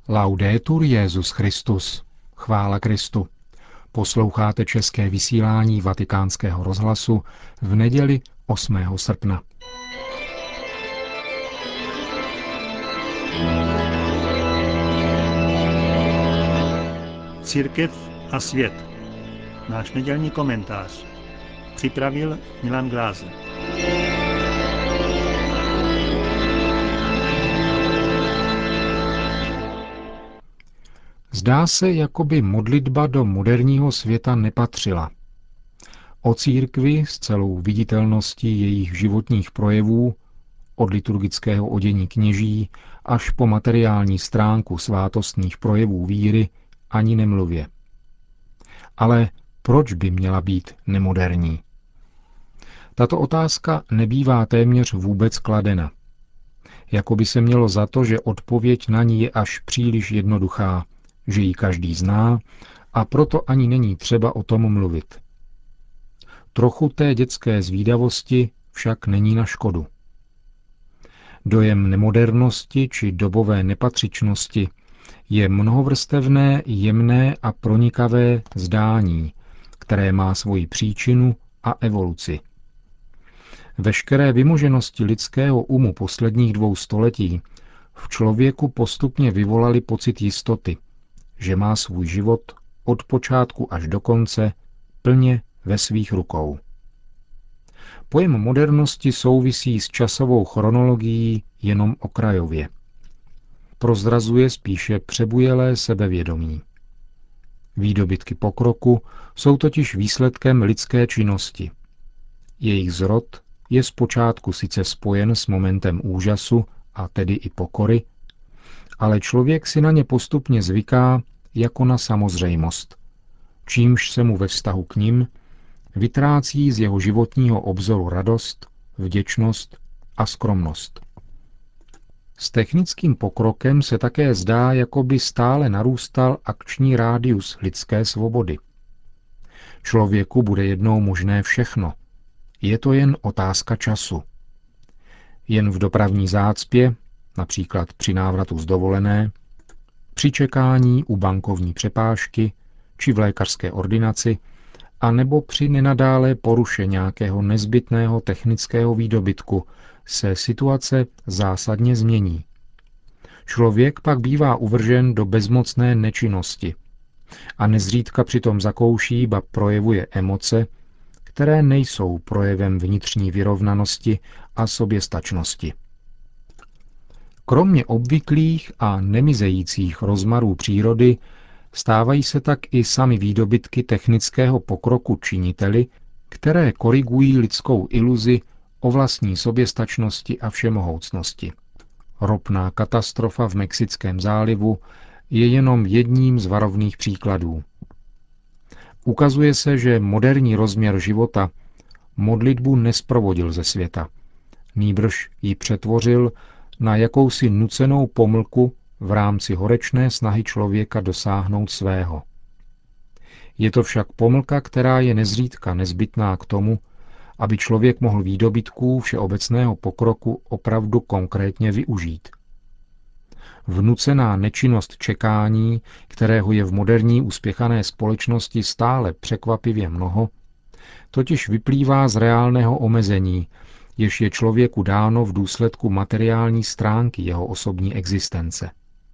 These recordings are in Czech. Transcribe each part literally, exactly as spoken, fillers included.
Laudetur Jesus Christus. Chvála Kristu. Posloucháte české vysílání Vatikánského rozhlasu v neděli osmého srpna. Církev a svět. Náš nedělní komentář. Připravil Milan Glázer. Zdá se, jako by modlitba do moderního světa nepatřila. O církvi s celou viditelností jejich životních projevů, od liturgického odění kněží až po materiální stránku svátostných projevů víry, ani nemluvě. Ale proč by měla být nemoderní? Tato otázka nebývá téměř vůbec kladena. Jako by se mělo za to, že odpověď na ní je až příliš jednoduchá, že ji každý zná a proto ani není třeba o tom mluvit. Trochu té dětské zvídavosti však není na škodu. Dojem nemodernosti či dobové nepatřičnosti je mnohovrstevné, jemné a pronikavé zdání, které má svoji příčinu a evoluci. Veškeré vymoženosti lidského umu posledních dvou století v člověku postupně vyvolaly pocit jistoty, že má svůj život od počátku až do konce plně ve svých rukou. Pojem modernosti souvisí s časovou chronologií jenom okrajově. Prozrazuje spíše přebujelé sebevědomí. Výdobytky pokroku jsou totiž výsledkem lidské činnosti. Jejich zrod je zpočátku sice spojen s momentem úžasu, a tedy i pokory, ale člověk si na ně postupně zvyká jako na samozřejmost, čímž se mu ve vztahu k nim vytrácí z jeho životního obzoru radost, vděčnost a skromnost. S technickým pokrokem se také zdá, jako by stále narůstal akční rádius lidské svobody. Člověku bude jednou možné všechno. Je to jen otázka času. Jen v dopravní zácpě, například při návratu z dovolené, při čekání u bankovní přepážky či v lékařské ordinaci, a nebo při nenadálé poruše nějakého nezbytného technického výdobytku se situace zásadně změní. Člověk pak bývá uvržen do bezmocné nečinnosti a nezřídka přitom zakouší, ba projevuje emoce, které nejsou projevem vnitřní vyrovnanosti a soběstačnosti. Kromě obvyklých a nemizejících rozmarů přírody stávají se tak i samy výdobytky technického pokroku činiteli, které korigují lidskou iluzi o vlastní soběstačnosti a všemohoucnosti. Ropná katastrofa v Mexickém zálivu je jenom jedním z varovných příkladů. Ukazuje se, že moderní rozměr života modlitbu nesprovodil ze světa, nýbrž ji přetvořil na jakousi nucenou pomlku v rámci horečné snahy člověka dosáhnout svého. Je to však pomlka, která je nezřídka nezbytná k tomu, aby člověk mohl výdobytků všeobecného pokroku opravdu konkrétně využít. Vnucená nečinnost čekání, kterého je v moderní uspěchané společnosti stále překvapivě mnoho, totiž vyplývá z reálného omezení, jež je člověku dáno v důsledku materiální stránky jeho osobní existence.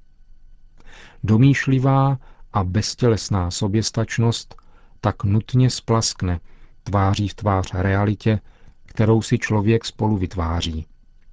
Domýšlivá a beztělesná soběstačnost tak nutně splaskne tváří v tvář realitě, kterou si člověk spolu vytváří.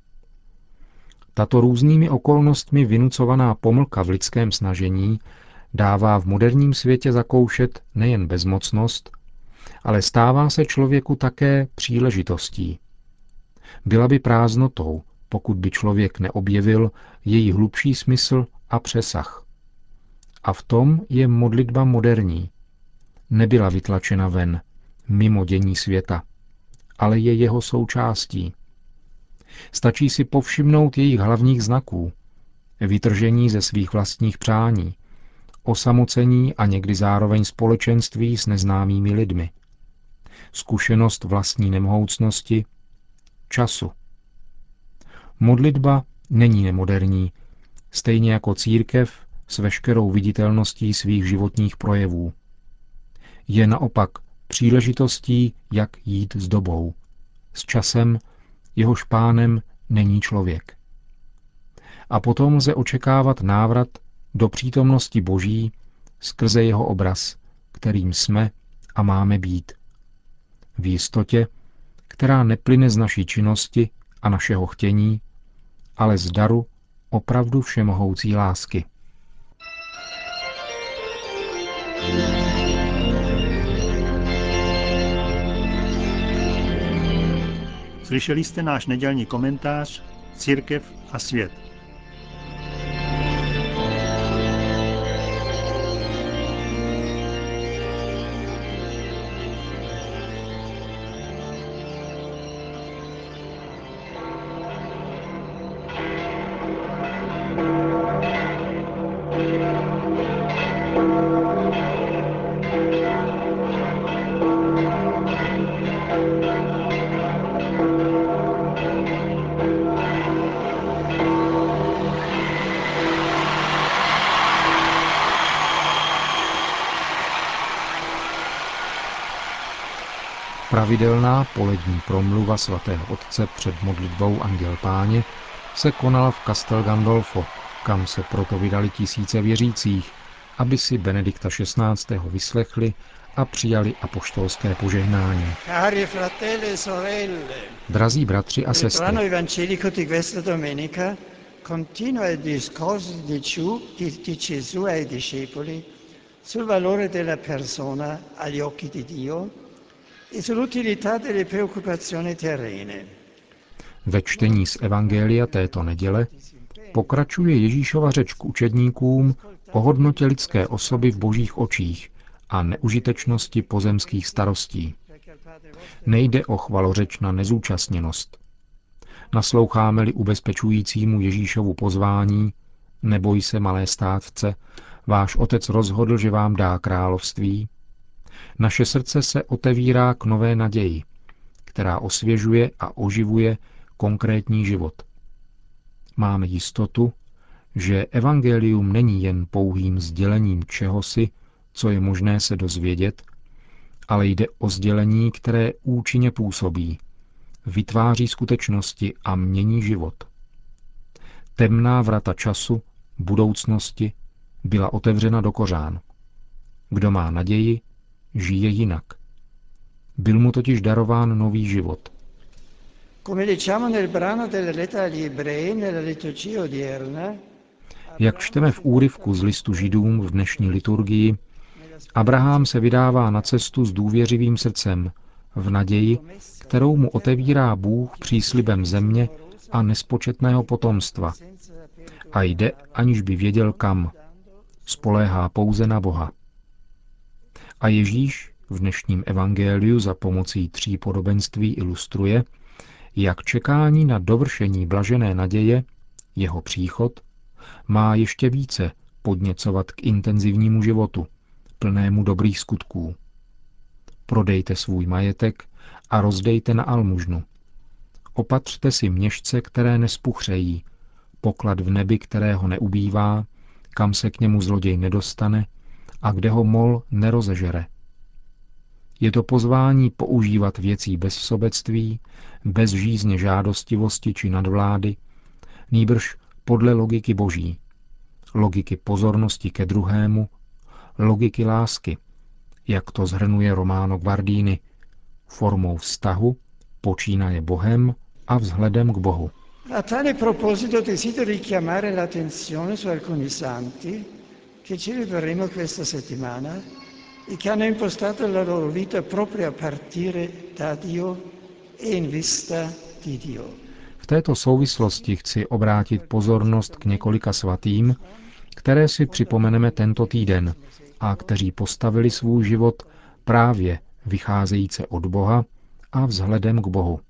Tato různými okolnostmi vynucovaná pomlka v lidském snažení dává v moderním světě zakoušet nejen bezmocnost, ale stává se člověku také příležitostí. Byla by prázdnotou, pokud by člověk neobjevil její hlubší smysl a přesah. A v tom je modlitba moderní. Nebyla vytlačena ven, mimo dění světa, ale je jeho součástí. Stačí si povšimnout jejich hlavních znaků, vytržení ze svých vlastních přání, osamocení a někdy zároveň společenství s neznámými lidmi, zkušenost vlastní nemohoucnosti, času. Modlitba není nemoderní, stejně jako církev s veškerou viditelností svých životních projevů. Je naopak příležitostí, jak jít s dobou, s časem, jehož pánem není člověk. A potom lze očekávat návrat do přítomnosti Boží skrze jeho obraz, kterým jsme a máme být. V jistotě, která neplyne z naší činnosti a našeho chtění, ale z daru opravdu všemohoucí lásky. Slyšeli jste náš nedělní komentář Církev a svět. Pravidelná polední promluva svatého otce před modlitbou Anděl Páně se konala v Castel Gandolfo, kam se proto vydali tisíce věřících, aby si Benedikta šestnáctého vyslechli a přijali apoštolské požehnání. Cari fratelli e sorelle, Drazí bratři a il sestry, brano evangelico di questa domenica continua il discorso di Gesù, di, di Gesù ai discepoli sul valore della persona agli occhi di Dio e sull'utilità delle preoccupazioni terrene. ve čtení z Evangelia této neděle pokračuje Ježíšova řeč k učedníkům o hodnotě lidské osoby v božích očích a neužitečnosti pozemských starostí. Nejde o chvalořeč na nezúčastněnost. Nasloucháme-li ubezpečujícímu Ježíšovu pozvání, neboj se, malé státce, váš otec rozhodl, že vám dá království, naše srdce se otevírá k nové naději, která osvěžuje a oživuje konkrétní život. Máme jistotu, že evangelium není jen pouhým sdělením čehosi, co je možné se dozvědět, ale jde o sdělení, které účinně působí, vytváří skutečnosti a mění život. Temná vrata času, budoucnosti byla otevřena do kořán. Kdo má naději, žije jinak. Byl mu totiž darován nový život. Jak čteme v úryvku z listu Židům v dnešní liturgii, Abraham se vydává na cestu s důvěřivým srdcem, v naději, kterou mu otevírá Bůh příslibem země a nespočetného potomstva. A jde, aniž by věděl kam. Spoléhá pouze na Boha. A Ježíš v dnešním evangeliu za pomocí tří podobenství ilustruje, jak čekání na dovršení blažené naděje, jeho příchod, má ještě více podněcovat k intenzivnímu životu, plnému dobrých skutků. Prodejte svůj majetek a rozdejte na almužnu. Opatřte si měšce, které nespuchřejí, poklad v nebi, kterého neubývá, kam se k němu zloděj nedostane a kde ho mol nerozežere. Je to pozvání používat věcí bez sobectví, bez žízně žádostivosti či nadvlády, nýbrž podle logiky boží, logiky pozornosti ke druhému, logiky lásky, jak to shrnuje Romano Guardini, formou vztahu, počínaje Bohem a vzhledem k Bohu. A tale proposito desidero richiamare l'attenzione su alcuni santi che celebreremo questa settimana e che hanno impostato la loro vita proprio a partire da Dio e in vista di Dio. V této souvislosti chci obrátit pozornost k několika svatým, které si připomeneme tento týden a kteří postavili svůj život právě vycházejíce od Boha a vzhledem k Bohu.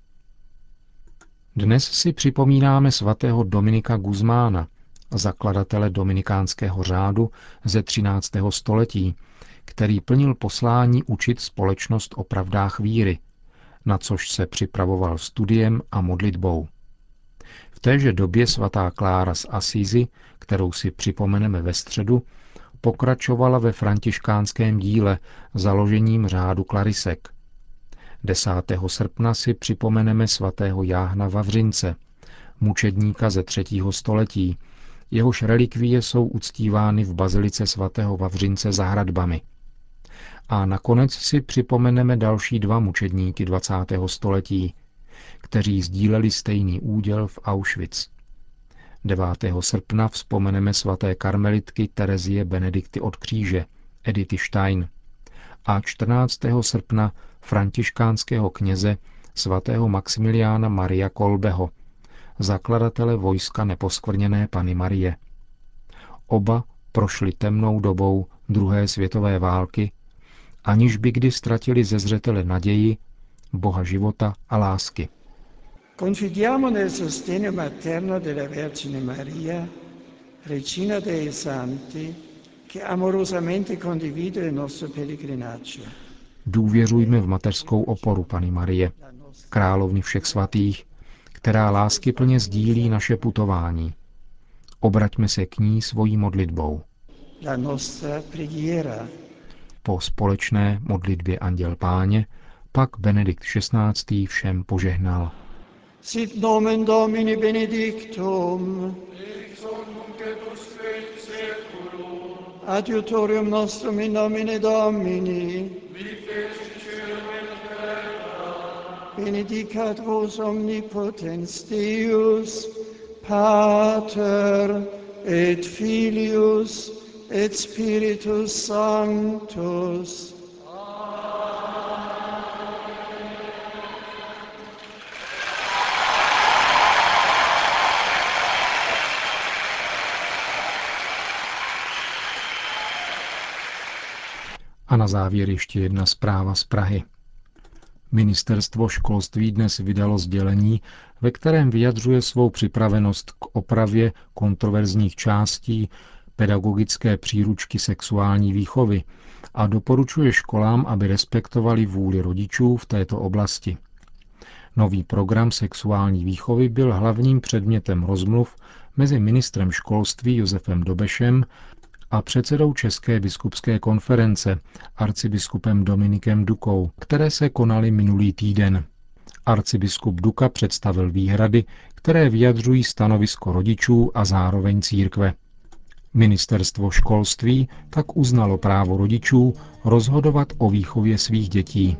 Dnes si připomínáme svatého Dominika Guzmána, zakladatele dominikánského řádu ze třináctého století, který plnil poslání učit společnost o pravdách víry, na což se připravoval studiem a modlitbou. V téže době svatá Klára z Asízy, kterou si připomeneme ve středu, pokračovala ve františkánském díle založením řádu klarisek. desátého srpna si připomeneme svatého Jáhna Vavřince, mučedníka ze třetího století, jehož relikvie jsou uctívány v bazilice svatého Vavřince za hradbami. A nakonec si připomeneme další dva mučedníky dvacátého století, kteří sdíleli stejný úděl v Auschwitz. devátého srpna vzpomeneme svaté karmelitky Terezie Benedikty od kříže, Edity Stein, a čtrnáctého srpna františkánského kněze svatého Maximiliána Maria Kolbeho, zakladatele vojska neposkvrněné Panny Marie. Oba prošli temnou dobou druhé světové války, aniž by kdy ztratili ze zřetele naději, Boha života a lásky. Confidiamo nel sostegno materno della Vergine Maria, Regina dei Santi, che amorosamente condivide il nostro pellegrinaggio. Důvěřujme v mateřskou oporu Panny Marie, královny všech svatých, která láskyplně sdílí naše putování. Obraťme se k ní svojí modlitbou. La nostra preghiera. Po společné modlitbě Anděl Páně pak Benedikt šestnáctý všem požehnal. Sit nomen Domini benedictum, adiutorium nostrum in nomine Domini, benedicat vos omnipotens Deus, Pater et Filius et Spiritus Sanctus. A na závěr ještě jedna zpráva z Prahy. Ministerstvo školství dnes vydalo sdělení, ve kterém vyjadřuje svou připravenost k opravě kontroverzních částí pedagogické příručky sexuální výchovy a doporučuje školám, aby respektovali vůli rodičů v této oblasti. Nový program sexuální výchovy byl hlavním předmětem rozmluv mezi ministrem školství Josefem Dobešem a předsedou České biskupské konference, arcibiskupem Dominikem Dukou, které se konaly minulý týden. Arcibiskup Duka představil výhrady, které vyjadřují stanovisko rodičů a zároveň církve. Ministerstvo školství tak uznalo právo rodičů rozhodovat o výchově svých dětí.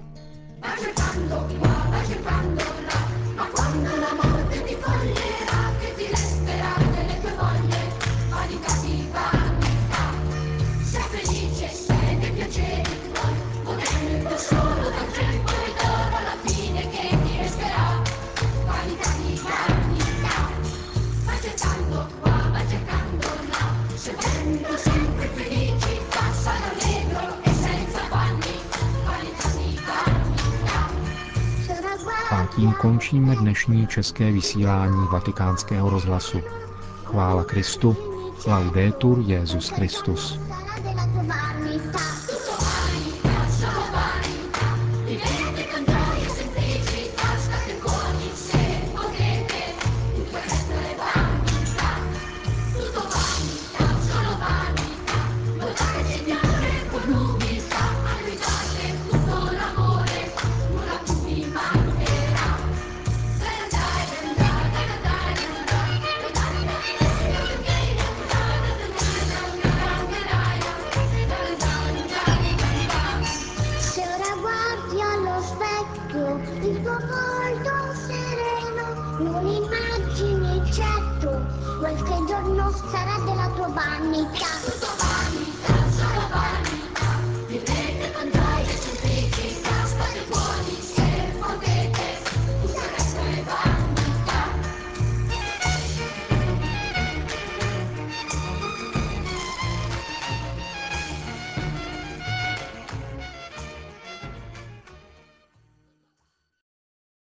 A tím končíme dnešní české vysílání Vatikánského rozhlasu. Chvála Kristu, laudetur Jesus Christus. Qualche giorno sarà della tua vanità.